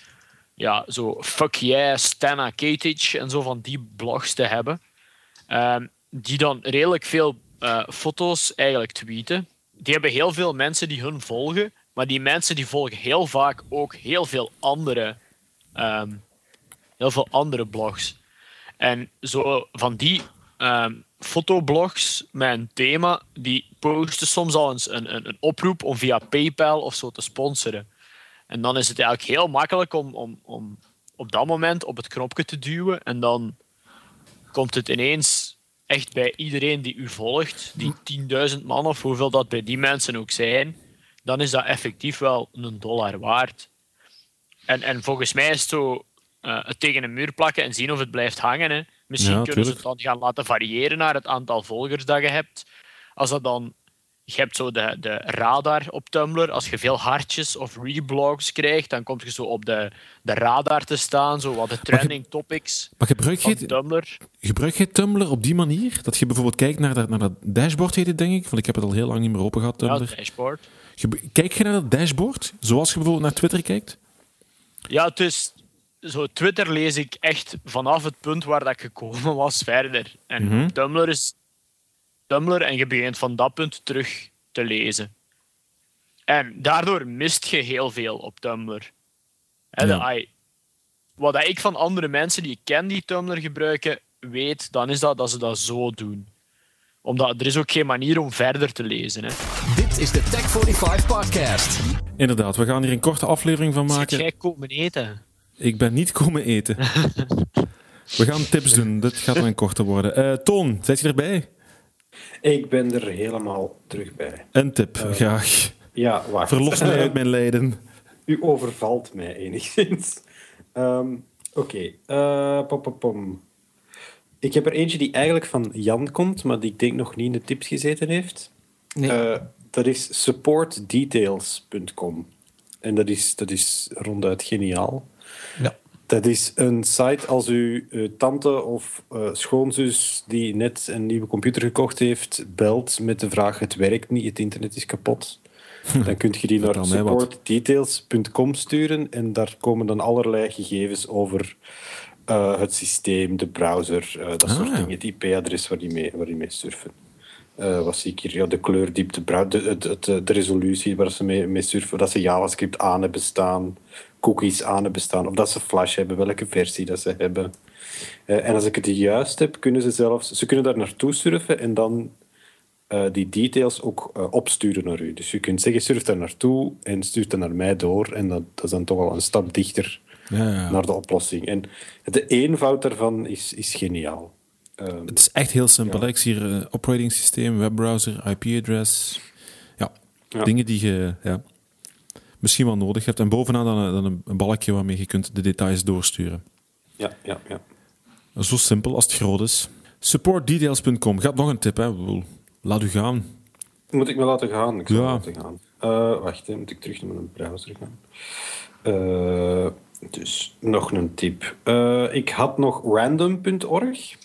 ja, zo fuck yeah, Stana Katic en zo van die blogs te hebben, um, die dan redelijk veel uh, foto's eigenlijk tweeten. Die hebben heel veel mensen die hun volgen, maar die mensen die volgen heel vaak ook heel veel andere, um, heel veel andere blogs. En zo van die Um, fotoblogs met een thema, die posten soms al eens een, een, een oproep om via PayPal of zo te sponsoren. En dan is het eigenlijk heel makkelijk om, om, om op dat moment op het knopje te duwen en dan komt het ineens echt bij iedereen die u volgt, die tienduizend man of hoeveel dat bij die mensen ook zijn, dan is dat effectief wel een dollar waard. En, en volgens mij is het zo uh, het tegen een muur plakken en zien of het blijft hangen, hè. Misschien ja, kunnen ze het dan gaan laten variëren naar het aantal volgers dat je hebt. Als dat dan... Je hebt zo de, de radar op Tumblr. Als je veel hartjes of reblogs krijgt, dan kom je zo op de, de radar te staan. Zo wat de trending maar topics maar gebruik je van Tumblr. Gebruik je Tumblr op die manier? Dat je bijvoorbeeld kijkt naar dat, naar dat dashboard, heet het, denk ik. Want ik heb het al heel lang niet meer open gehad, Tumblr. Ja, het dashboard. Kijk je naar dat dashboard? Zoals je bijvoorbeeld naar Twitter kijkt? Ja, het is... Zo, Twitter lees ik echt vanaf het punt waar dat ik gekomen was verder. En Mm-hmm. Tumblr is Tumblr en je begint van dat punt terug te lezen. En daardoor mist je heel veel op Tumblr. He, Ja. de, wat ik van andere mensen die ik ken die Tumblr gebruiken weet, dan is dat dat ze dat zo doen. Omdat er is ook geen manier om verder te lezen. Hè. Dit is de Tech vijfenveertig podcast. Inderdaad, we gaan hier een korte aflevering van Zit maken. jij komen eten? Ik ben niet komen eten. We gaan tips doen. Dit gaat dan een korte worden. Uh, Toon, zit je erbij? Ik ben er helemaal terug bij. Een tip, Uh, graag. Ja, wacht. Verlos mij uit mijn lijden. U overvalt mij enigszins. Um, Oké. Okay. Uh, pom, pom, pom. Ik heb er eentje die eigenlijk van Jan komt, maar die ik denk nog niet in de tips gezeten heeft. Nee. Uh, dat is support details punt com. En dat is, dat is ronduit geniaal. Ja. Dat is een site als uw uh, tante of uh, schoonzus die net een nieuwe computer gekocht heeft, belt met de vraag het werkt niet, het internet is kapot. Dan kun je die naar support details punt com sturen en daar komen dan allerlei gegevens over uh, het systeem, de browser, uh, dat ah, soort ja. dingen, het I P-adres waar die mee, waar die mee surfen. Uh, wat zie ik hier? Ja, de kleurdiepte, de, de, de, de resolutie waar ze mee, mee surfen, dat ze JavaScript aan hebben staan, cookies aan hebben staan, of dat ze Flash hebben, welke versie dat ze hebben. Uh, en als ik het juist heb, kunnen ze zelfs... Ze kunnen daar naartoe surfen en dan uh, die details ook uh, opsturen naar u. Dus je kunt zeggen, surf daar naartoe en stuurt dat naar mij door. En dat, dat is dan toch al een stap dichter ja, ja. naar de oplossing. En de eenvoud daarvan is, is geniaal. Um, Het is echt heel simpel. Ja. Hè? Ik zie hier uh, operating systeem, webbrowser, I P-adres. Ja, Ja. dingen die je ja, misschien wel nodig hebt. En bovenaan dan, een- dan een balkje waarmee je kunt de details doorsturen. ja, ja, ja. Zo simpel als het groot is. support details punt com. Gaat nog een tip, hè. Laat u gaan. Moet ik me laten gaan? Ik zal Ja. me laten gaan. Uh, wacht, hè. Moet ik terug naar mijn browser gaan? Uh, dus nog een tip. Uh, ik had nog random punt org.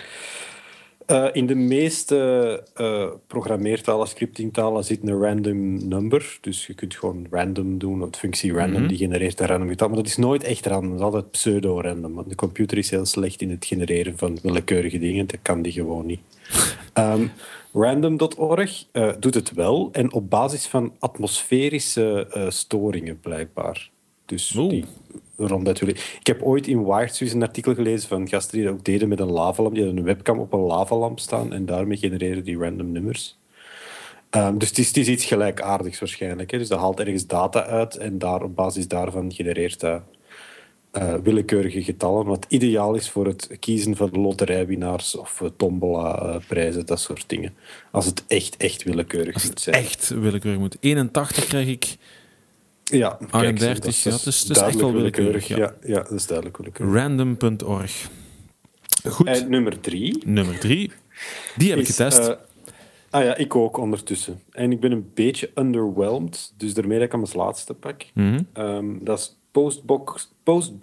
Uh, in de meeste uh, programmeertalen, scriptingtalen zit een random number. Dus je kunt gewoon random doen. De functie random Mm-hmm. die genereert een random getal. Maar dat is nooit echt random. Dat is altijd pseudo-random. Want de computer is heel slecht in het genereren van willekeurige dingen. Dat kan die gewoon niet. Um, random punt org uh, doet het wel. En op basis van atmosferische uh, storingen, blijkbaar. Dus Oeh. die rond dat jullie... Ik heb ooit in Wired Suisse een artikel gelezen van gasten die dat ook deden met een lavalamp. Die hadden een webcam op een lavalamp staan en daarmee genereren die random nummers. Um, dus het is, het is iets gelijkaardigs waarschijnlijk. Hè. Dus dat haalt ergens data uit en daar, op basis daarvan genereert dat uh, willekeurige getallen. Wat ideaal is voor het kiezen van loterijwinnaars of uh, tombola-prijzen, dat soort dingen. Als het echt, echt willekeurig Als moet het zijn. echt willekeurig moet. eenentachtig krijg ik. Ja, kijk, achtendertig, dat ja, het is- het is echt duidelijk wel willekeurig, Ja. Ja, dat is duidelijk willekeurig. random punt org. Goed. En nummer drie Nummer drie. Die heb ik is, getest. uh, ah ja, ik ook ondertussen. En ik ben een beetje underwhelmed, dus daarmee dat ik aan mijn laatste pak. Mhm. Um, dat is postbox,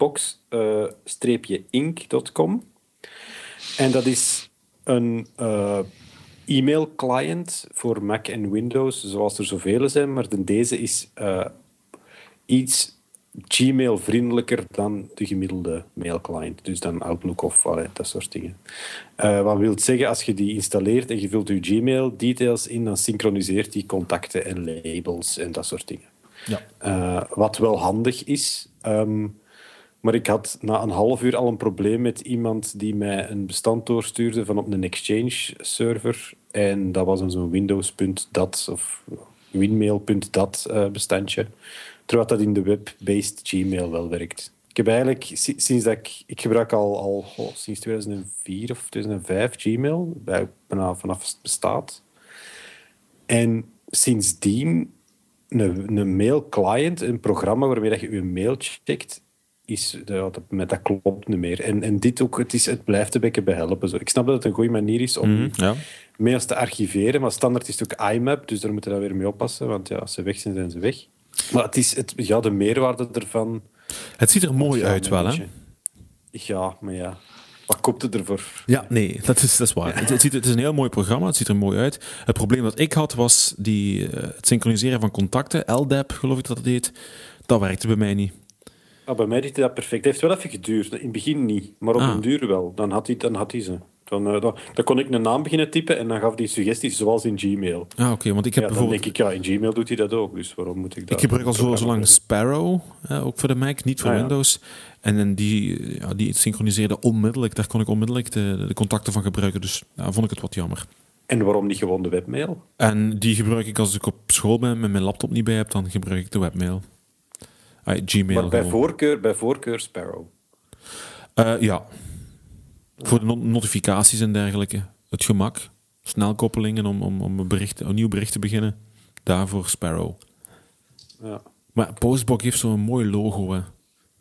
postbox-ink punt com. En dat is een uh, e-mail client voor Mac en Windows, zoals er zoveel zijn, maar de, deze is uh, iets Gmail-vriendelijker dan de gemiddelde mailclient. Dus dan Outlook of allee, dat soort dingen. Uh, wat wil zeggen, als je die installeert en je vult je Gmail-details in, dan synchroniseert die contacten en labels en dat soort dingen. Ja. Uh, wat wel handig is. Um, maar ik had na een half uur al een probleem met iemand die mij een bestand doorstuurde van op een Exchange-server. En dat was dan zo'n windows.dat of winmail.dat uh, bestandje. Terwijl dat in de web-based Gmail wel werkt. Ik heb eigenlijk, sinds dat ik... Ik gebruik al, al oh, sinds tweeduizend vier of tweeduizend vijf Gmail, bij, bijna vanaf het bestaat. En sindsdien, een, een mail-client, een programma waarmee dat je je mail checkt, is, ja, dat, dat klopt niet meer. En, en dit ook, het, is, het blijft een beetje behelpen. Zo. Ik snap dat het een goede manier is om Mhm, ja. mails te archiveren, maar standaard is het ook I M A P, dus daar moeten we dan weer mee oppassen, want ja, als ze weg zijn, zijn ze weg. Maar het is het, ja, de meerwaarde ervan... Het ziet er mooi Ja, uit een wel, hè? beetje. Ja, maar ja. Wat koopt het ervoor? Ja, nee, dat is, dat is waar. Het, het, ziet, het is een heel mooi programma, het ziet er mooi uit. Het probleem dat ik had, was die, uh, het synchroniseren van contacten. L D A P, geloof ik dat het heet. Dat werkte bij mij niet. Ah, bij mij deed hij dat perfect. Het heeft wel even geduurd. In het begin niet, maar op Ah. een duur wel. Dan had hij, dan had hij ze. Dan, uh, dan, dan kon ik een naam beginnen typen en dan gaf hij suggesties zoals in Gmail. Ah, oké, okay, want ik heb Ja, dan bijvoorbeeld... denk ik, ja, in Gmail doet hij dat ook, dus waarom moet ik dat... Ik gebruik al zo, zo lang programma Sparrow, hè, ook voor de Mac, niet voor Ah, ja. Windows. En, en die, ja, die synchroniseerde onmiddellijk, daar kon ik onmiddellijk de, de contacten van gebruiken. Dus ja, vond ik het wat jammer. En waarom niet gewoon de webmail? En die gebruik ik als ik op school ben, met mijn laptop niet bij heb, dan gebruik ik de webmail. Ah, Gmail Maar bij gewoon. voorkeur, bij voorkeur Sparrow. Uh, ja. Voor de not- notificaties en dergelijke. Het gemak. Snelkoppelingen om, om, om een, bericht, een nieuw bericht te beginnen. Daarvoor Sparrow. Ja. Maar Postbox heeft zo'n mooi logo, hè.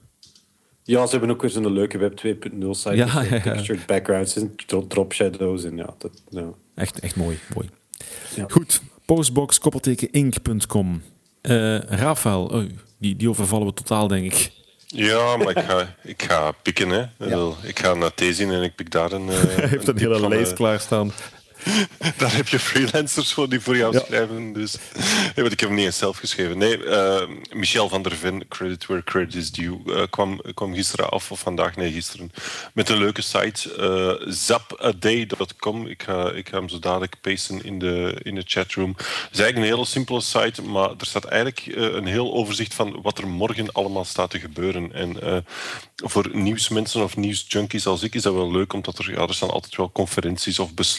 Ja, ze hebben ook weer zo'n leuke Web twee punt nul site. Ja, met ja, ja. textured backgrounds en dro- drop shadows. En ja, dat, ja. Echt, echt mooi. mooi. Ja. Goed. Postbox, koppelteken, ink punt com. Uh, Rafael, oh, die, die overvallen we totaal, denk ik. Ja, maar ik ga, ik ga pikken. Hè. Ja. Ik ga naar thee zien en ik pik daar een... Uh, Hij heeft een, een hele van, lijst uh, klaarstaan. Daar heb je freelancers voor die voor jou Ja. schrijven. Dus. Nee, want ik heb hem niet eens zelf geschreven. Nee, uh, Michel van der Ven, Credit Where Credit is Due, uh, kwam, kwam gisteren af, of vandaag, nee, gisteren, met een leuke site, uh, zap a day dot com. Ik ga, ik ga hem zo dadelijk pasten in de, in de chatroom. Het is eigenlijk een hele simpele site, maar er staat eigenlijk uh, een heel overzicht van wat er morgen allemaal staat te gebeuren. En uh, voor nieuwsmensen of nieuwsjunkies als ik is dat wel leuk, omdat er, ja, er staan altijd wel conferenties of beslissingen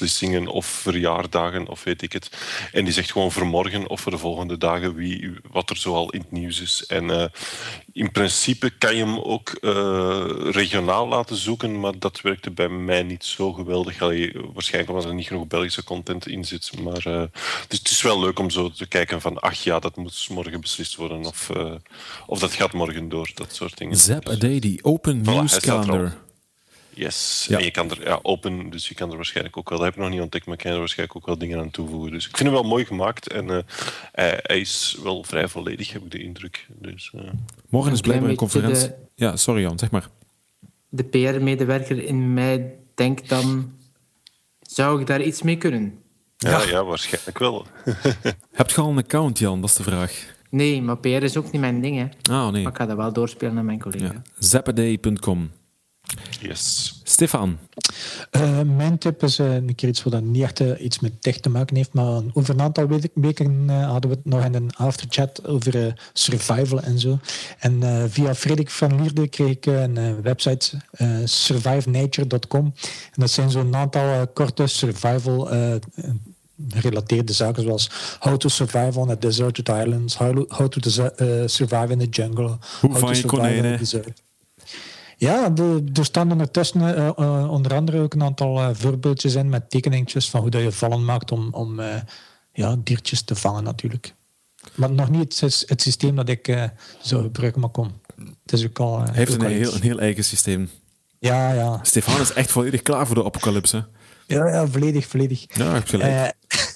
of verjaardagen of weet ik het. En die zegt gewoon voor morgen of voor de volgende dagen wie, wat er zoal in het nieuws is. En uh, in principe kan je hem ook uh, regionaal laten zoeken, maar dat werkte bij mij niet zo geweldig. Allee, waarschijnlijk omdat er niet genoeg Belgische content in zit. Maar uh, dus het is wel leuk om zo te kijken van ach ja, dat moet morgen beslist worden of, uh, of dat gaat morgen door, dat soort dingen. Zap-A-Day, die Open News voilà, Calendar. Yes, ja. En je kan er ja, open, dus je kan er waarschijnlijk ook wel, dat heb ik nog niet ontdekt, maar ik kan er waarschijnlijk ook wel dingen aan toevoegen. Dus ik vind hem wel mooi gemaakt en uh, hij, hij is wel vrij volledig, heb ik de indruk. Dus, uh... Morgen is blijkbaar een conferentie. De, ja, sorry Jan, zeg maar. De P R-medewerker in mij denkt dan, zou ik daar iets mee kunnen? Ja, ja, ja waarschijnlijk wel. Heb je al een account, Jan? Dat is de vraag. Nee, maar P R is ook niet mijn ding, hè. Ah, nee. Maar ik ga dat wel doorspelen naar mijn collega. Ja. Zap-A-Day punt com. Yes. Stefan. Uh, mijn tip is uh, een keer iets wat niet echt uh, iets met tech te maken heeft, maar over een aantal weken uh, hadden we het nog in een afterchat over uh, survival en zo. En uh, via Frederik van Lierde kreeg ik uh, een uh, website, uh, survive nature dot com. En dat zijn zo'n aantal uh, korte survival uh, gerelateerde zaken, zoals how to survive on a deserted island, how, how to uh, survive in the jungle, hoe how to survive konijnen? in a desert. Ja, de, er staan ondertussen uh, uh, onder andere ook een aantal uh, voorbeeldjes in met tekeningetjes van hoe dat je vallen maakt om, om uh, ja, diertjes te vangen natuurlijk. Maar nog niet het, het systeem dat ik uh, zou gebruiken, maar kom. Het is ook al... Uh, Hij heeft ook een al heel, een heel eigen systeem. Ja, ja. Stefan is echt volledig klaar voor de apocalypse. Ja, ja, volledig, volledig. Ja, je hebt gelijk.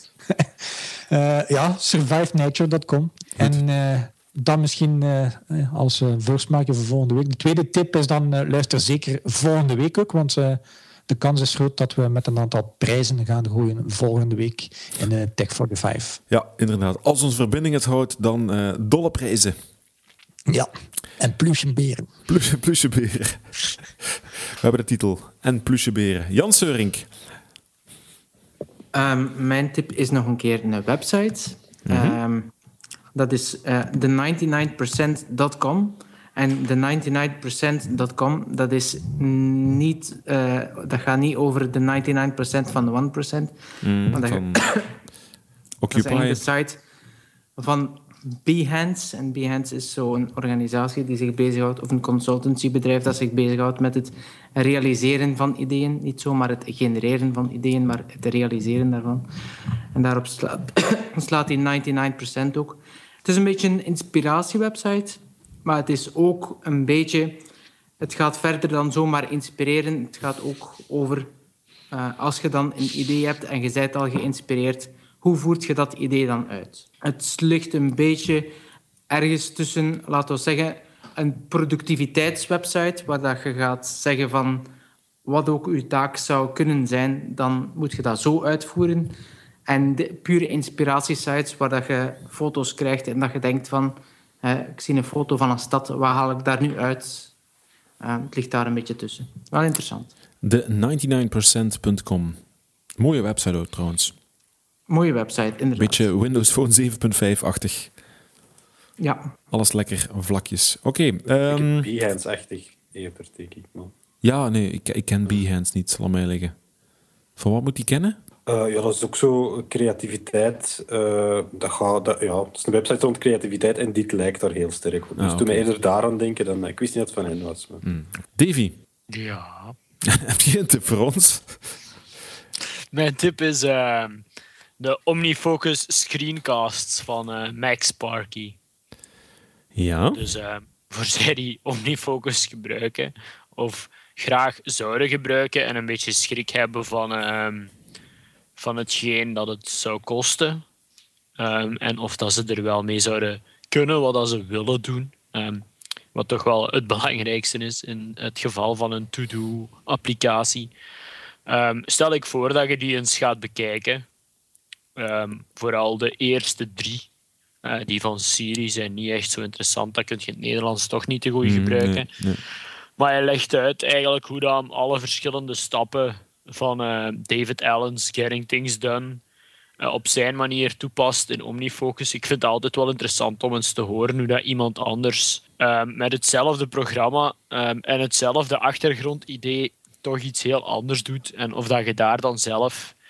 Uh, uh, ja, survive nature dot com. En... Uh, Dan misschien uh, als uh, voorsmaakje voor volgende week. De tweede tip is dan, uh, luister zeker volgende week ook, want uh, de kans is groot dat we met een aantal prijzen gaan gooien volgende week in uh, Tech vijfenveertig. Ja, inderdaad. Als onze verbinding het houdt, dan uh, dolle prijzen. Ja, en plusjeberen. Plus, plusjeberen. We hebben de titel. En plusjeberen. Jan Seurink. Um, mijn tip is nog een keer een website. Mm-hmm. Um, Dat is uh, the ninety-nine percent dot com. En the ninety-nine percent dot com, dat is niet... Uh, dat gaat niet over de ninety-nine percent van de one percent. Mm, maar dat, van dat is eigenlijk de site van Behance. En Behance is zo'n organisatie die zich bezighoudt, of een consultancybedrijf dat zich bezighoudt met het realiseren van ideeën. Niet zomaar het genereren van ideeën, maar het realiseren daarvan. En daarop slaat, slaat die ninety-nine percent ook. Het is een beetje een inspiratiewebsite, maar het is ook een beetje... Het gaat verder dan zomaar inspireren. Het gaat ook over... Uh, als je dan een idee hebt en je bent al geïnspireerd, hoe voert je dat idee dan uit? Het ligt een beetje ergens tussen, laten we zeggen, een productiviteitswebsite, waar dat je gaat zeggen van wat ook je taak zou kunnen zijn, dan moet je dat zo uitvoeren. En de pure inspiratiesites, waar dat je foto's krijgt en dat je denkt van, uh, ik zie een foto van een stad, wat haal ik daar nu uit? Uh, het ligt daar een beetje tussen. Wel interessant. de ninety-nine percent dot com. Mooie website ook trouwens. Mooie website, inderdaad. Beetje Windows Phone zeven punt vijf-achtig. Ja. Alles lekker vlakjes. Oké. Okay, um... Behance-achtig eerder, denk ik, man. Ja, nee, ik, ik ken Behance niet, zal mij liggen. Van wat moet die kennen? Uh, ja, dat is ook zo creativiteit. Uh, dat, gaat, dat, ja, dat is een website rond creativiteit en dit lijkt daar heel sterk op. Dus ah, okay. Toen we eerder daaraan denken, dan, ik wist niet dat het van hen was. Maar... Mm. Davy? Ja. Heb je een tip voor ons? Mijn tip is uh, de OmniFocus screencasts van uh, Max Sparky. Ja. Dus uh, voor zij die OmniFocus gebruiken of graag zouden gebruiken en een beetje schrik hebben van, uh, van hetgeen dat het zou kosten. Um, en of dat ze er wel mee zouden kunnen wat dat ze willen doen. Um, wat toch wel het belangrijkste is in het geval van een to-do-applicatie. Um, stel ik voor dat je die eens gaat bekijken. Um, vooral de eerste drie. Uh, die van Siri zijn niet echt zo interessant. Dat kun je in het Nederlands toch niet te goed gebruiken. Nee, nee. Maar hij legt uit eigenlijk hoe dan alle verschillende stappen van uh, David Allen's Getting Things Done uh, op zijn manier toepast in OmniFocus. Ik vind het altijd wel interessant om eens te horen hoe dat iemand anders um, met hetzelfde programma um, en hetzelfde achtergrondidee toch iets heel anders doet. En of dat je daar dan zelf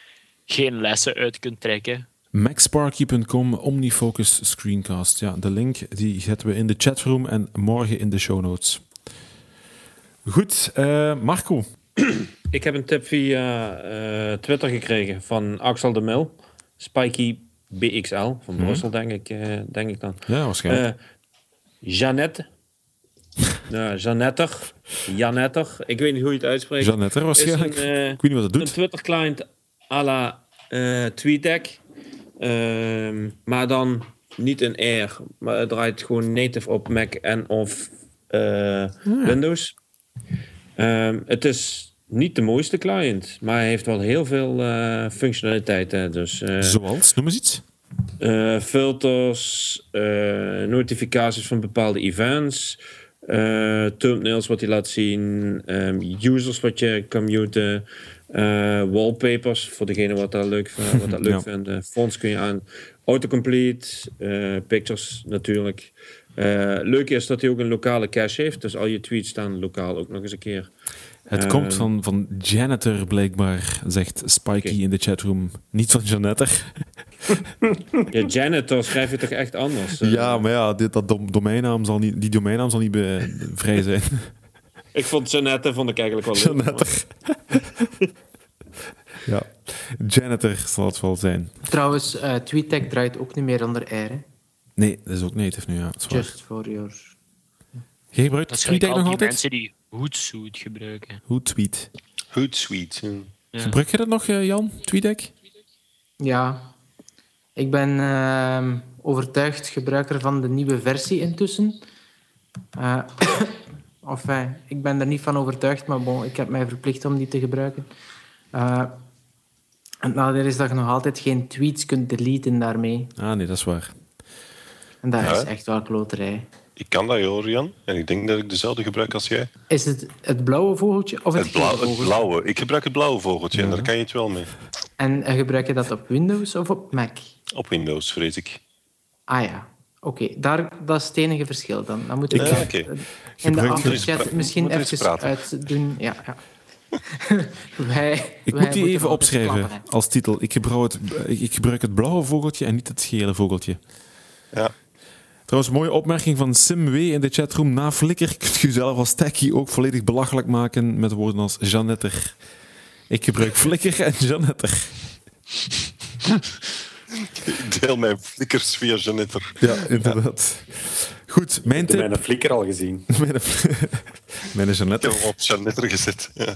geen lessen uit kunt trekken. Maxsparky punt com, Omnifocus Screencast. Ja, de link die zetten we in de chatroom en morgen in de show notes. Goed, uh, Marco. Ik heb een tip via uh, Twitter gekregen van Axel de Mil. Spiky B X L, van mm-hmm. Brussel, denk ik, uh, denk ik dan. Ja, waarschijnlijk. Uh, Jeannette. uh, Janetter. Janetter. Ik weet niet hoe je het uitspreekt. Janetter, waarschijnlijk. Een, uh, ik weet niet wat het doet. Een Twitter-client à la uh, TweetDeck. Uh, maar dan niet in Air. Maar het draait gewoon native op Mac en of uh, ja. Windows. Uh, het is niet de mooiste client, maar hij heeft wel heel veel uh, functionaliteiten. Dus, uh, Zoals? Noem eens iets. Uh, filters, uh, notificaties van bepaalde events, uh, thumbnails wat hij laat zien, um, users wat je kan muten, uh, wallpapers voor degene wat dat leuk, uh, wat dat leuk ja. vindt. Uh, fonts kun je aan, autocomplete, uh, pictures natuurlijk. Uh, leuk is dat hij ook een lokale cache heeft, dus al je tweets staan lokaal ook nog eens een keer. Het uh, komt van, van Janitor blijkbaar, zegt Spiky okay. in de chatroom. Niet van Janetter. Ja, Janitor schrijf je toch echt anders? Uh, ja, maar ja, dit, dat dom, domeinnaam zal niet, die domeinnaam zal niet be, vrij zijn. Ik vond Janetter vond ik eigenlijk wel leuk. Janitor. Ja, Janitor zal het wel zijn. Trouwens, uh, TweetDeck draait ook niet meer onder R, hè? Nee, dat is ook native nu, ja. Just for your... Jij gebruikt dat TweetDeck nog altijd? mensen die Hootsuite gebruiken. Hootsuite. Hootsuite. Ja. Gebruik je dat nog, Jan? TweetDeck? Ja. Ik ben uh, overtuigd gebruiker van de nieuwe versie intussen. Uh, of uh, ik ben er niet van overtuigd, maar bon, ik heb mij verplicht om die te gebruiken. Uh, het nadeel is dat je nog altijd geen tweets kunt deleten daarmee. Ah, nee, dat is waar. En dat ja. is echt wel kloterij. Ik kan dat, hoor, Jan. En ik denk dat ik dezelfde gebruik als jij. Is het het blauwe vogeltje of het, het, blauw, vogeltje? het blauwe. Ik gebruik het blauwe vogeltje ja. en daar kan je het wel mee. En gebruik je dat op Windows of op Mac? Op Windows, vrees ik. Ah ja, oké. Okay. Dat is het enige verschil dan. Dan moeten we ja, okay. in de afterchat misschien even uitdoen. Ja, ja. wij, ik wij moet die even opschrijven klappen, als titel. Ik gebruik, het, ik gebruik het blauwe vogeltje en niet het gele vogeltje. Ja. Trouwens, mooie opmerking van Sim W in de chatroom. Na Flickr kunt je zelf als techie ook volledig belachelijk maken met woorden als Janetter. Ik gebruik Flickr en Janetter. Ik deel mijn Flickrs via Janetter. Ja, inderdaad. Ja. Goed, mijn tip... Ik heb mijn Flickr al gezien. mijn mijn Janetter. Ik heb hem op Janetter gezet. Ja.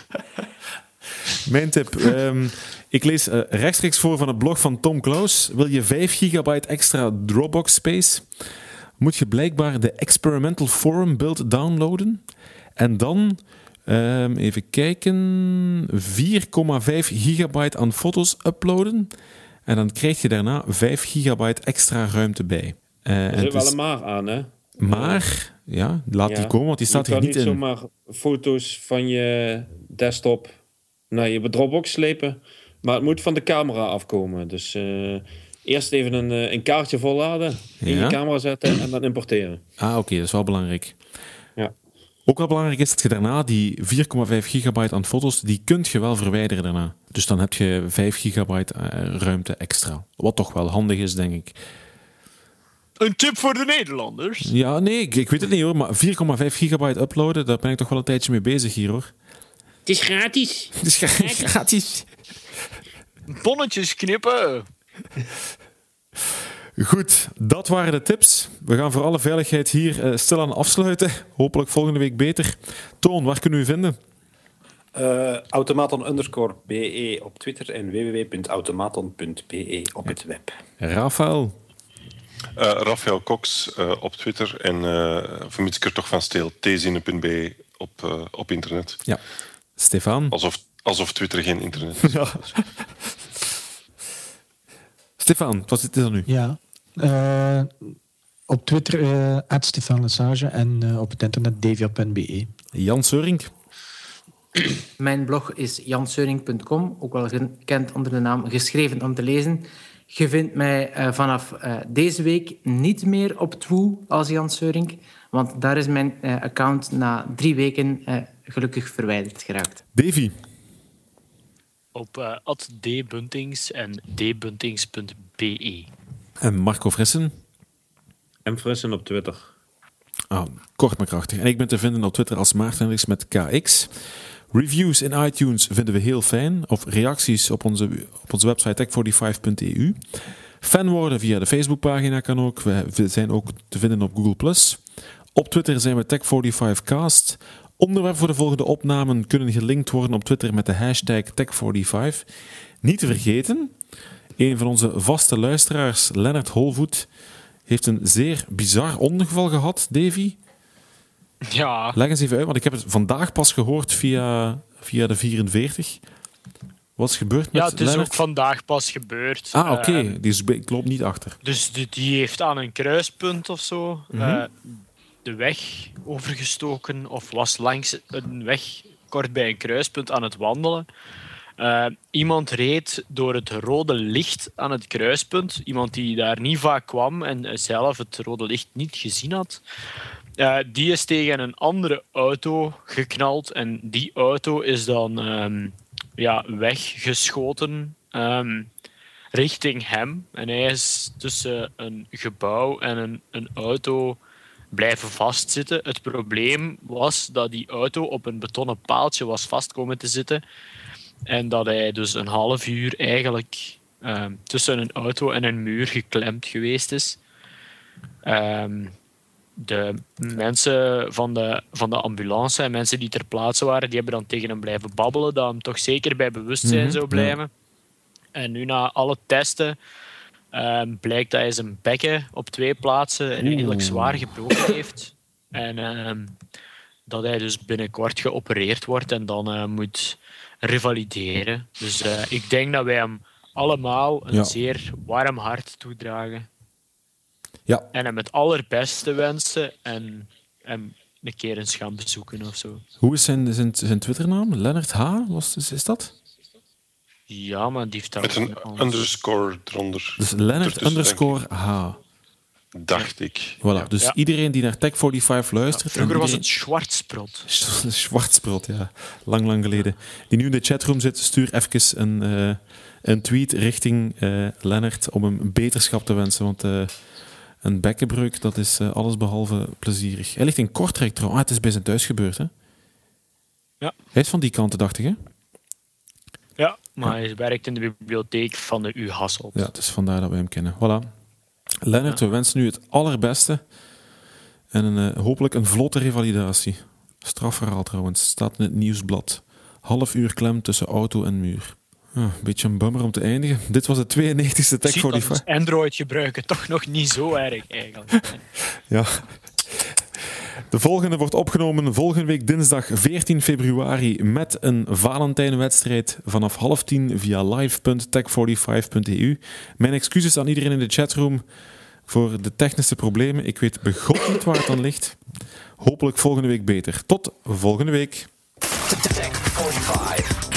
Mijn tip. Um, ik lees uh, rechtstreeks voor van het blog van Tom Klaus. Wil je vijf gigabyte extra Dropbox space? Moet je blijkbaar de Experimental Forum build downloaden. En dan, um, even kijken, vier komma vijf gigabyte aan foto's uploaden. En dan krijg je daarna vijf gigabyte extra ruimte bij. Uh, er zit wel een maar aan, hè? Maar, ja, laat ja, die komen, want die staat hier niet in. Je kan niet zomaar foto's van je desktop naar je Dropbox slepen. Maar het moet van de camera afkomen. Dus uh, eerst even een, een kaartje volladen, ja. in je camera zetten en dan importeren. Ah, oké, okay, dat is wel belangrijk. Ja. Ook wel belangrijk is dat je daarna die vier komma vijf gigabyte aan foto's, die kunt je wel verwijderen daarna. Dus dan heb je vijf gigabyte uh, ruimte extra. Wat toch wel handig is, denk ik. Een tip voor de Nederlanders? Ja, nee, ik, ik weet het niet hoor, maar vier komma vijf gigabyte uploaden, daar ben ik toch wel een tijdje mee bezig hier hoor. Het is gratis. Het is gratis. gratis. Bonnetjes knippen. Goed, dat waren de tips. We gaan voor alle veiligheid hier uh, stilaan afsluiten. Hopelijk volgende week beter. Toon, waar kunnen we u vinden? Uh, automaton underscore be op Twitter en w w w punt automaton punt be op het web. Rafael? Uh, Rafael Cox uh, op Twitter en uh, vermits ik er toch van steel, theezine punt be op, uh, op internet. Ja. Stefan? Alsof, alsof Twitter geen internet is. Ja. Stefan, wat zit er nu? Ja. Uh, op Twitter uh, at Stefan Lesage en uh, op het internet devia punt be. Jan Seuring? Mijn blog is janseuring punt com, ook wel gekend onder de naam Geschreven om te lezen. Je vindt mij uh, vanaf uh, deze week niet meer op Twoo als Jan Seuring, want daar is mijn uh, account na drie weken uh, gelukkig verwijderd geraakt. Davy? op uh, at dbuntings en dbuntings punt b e. En Marco Frissen? En Frissen op Twitter. Ah, kort maar krachtig. En ik ben te vinden op Twitter als Maarten Hendricks met K X. Reviews in iTunes vinden we heel fijn. Of reacties op onze, op onze website tech vijfenveertig punt e u. Fan worden via de Facebookpagina kan ook. We zijn ook te vinden op Google plus. Op Twitter zijn we tech vijfenveertig cast. Onderwerpen voor de volgende opnamen kunnen gelinkt worden op Twitter met de hashtag tech vijfenveertig. Niet te vergeten, een van onze vaste luisteraars, Lennart Holvoet, heeft een zeer bizar ongeval gehad, Davy. Ja. Leg eens even uit, want ik heb het vandaag pas gehoord via, via de vierenveertig. Wat is gebeurd met Ja, het is Lennart? ook vandaag pas gebeurd. Ah, oké. Okay. Uh, dus ik loop niet achter. Dus die, die heeft aan een kruispunt of zo mm-hmm. uh, de weg overgestoken of was langs een weg kort bij een kruispunt aan het wandelen. Uh, iemand reed door het rode licht aan het kruispunt. Iemand die daar niet vaak kwam en zelf het rode licht niet gezien had. Uh, die is tegen een andere auto geknald en die auto is dan um, ja, weggeschoten um, richting hem. En hij is tussen een gebouw en een, een auto blijven vastzitten. Het probleem was dat die auto op een betonnen paaltje was vast komen te zitten en dat hij dus een half uur eigenlijk um, tussen een auto en een muur geklemd geweest is. Um, De mensen van de, van de ambulance en mensen die ter plaatse waren, die hebben dan tegen hem blijven babbelen, dat hem toch zeker bij bewustzijn mm-hmm. zou blijven. Ja. En nu na alle testen um, blijkt dat hij zijn bekken op twee plaatsen redelijk zwaar gebroken heeft. En um, dat hij dus binnenkort geopereerd wordt en dan uh, moet revalideren. Dus uh, ik denk dat wij hem allemaal een ja. zeer warm hart toedragen. Ja. En hem het allerbeste wensen en hem een keer eens gaan bezoeken of zo. Hoe is zijn, zijn, zijn Twitternaam? Lennart H? Was, is, is dat? Ja, maar die heeft daar met een anders. underscore eronder. Dus Lennart underscore H. Dacht ik. Voilà, ja. Dus ja. iedereen die naar tech vijfenveertig luistert... Ja, vroeger iedereen... was het Schwarzbrot. Schwarzbrot, ja. Lang, lang geleden. Die nu in de chatroom zit, stuur even een, uh, een tweet richting uh, Lennart om hem beterschap te wensen, want... Uh, Een bekkenbreuk, dat is uh, alles behalve plezierig. Hij ligt in Kortrijk trouwens. Ah, het is bij zijn thuis gebeurd, hè? Ja. Hij is van die kant, dacht ik, hè? Ja, maar ja. hij werkt in de bibliotheek van de U Hasselt. Ja, het is vandaar dat we hem kennen. Voilà. Lennart, ja. we wensen u het allerbeste. En een, uh, hopelijk een vlotte revalidatie. Strafverhaal trouwens, staat in het nieuwsblad. Half uur klem tussen auto en muur. Ja, een beetje een bummer om te eindigen. Dit was de tweeënnegentigste Tech vijfenveertig. Ziet dat Android gebruiken toch nog niet zo erg eigenlijk. Ja. De volgende wordt opgenomen volgende week dinsdag veertien februari met een Valentijnwedstrijd vanaf half tien via live punt tech vijfenveertig punt e u. Mijn excuses aan iedereen in de chatroom voor de technische problemen. Ik weet begot niet waar het aan ligt. Hopelijk volgende week beter. Tot volgende week. Tech vijfenveertig.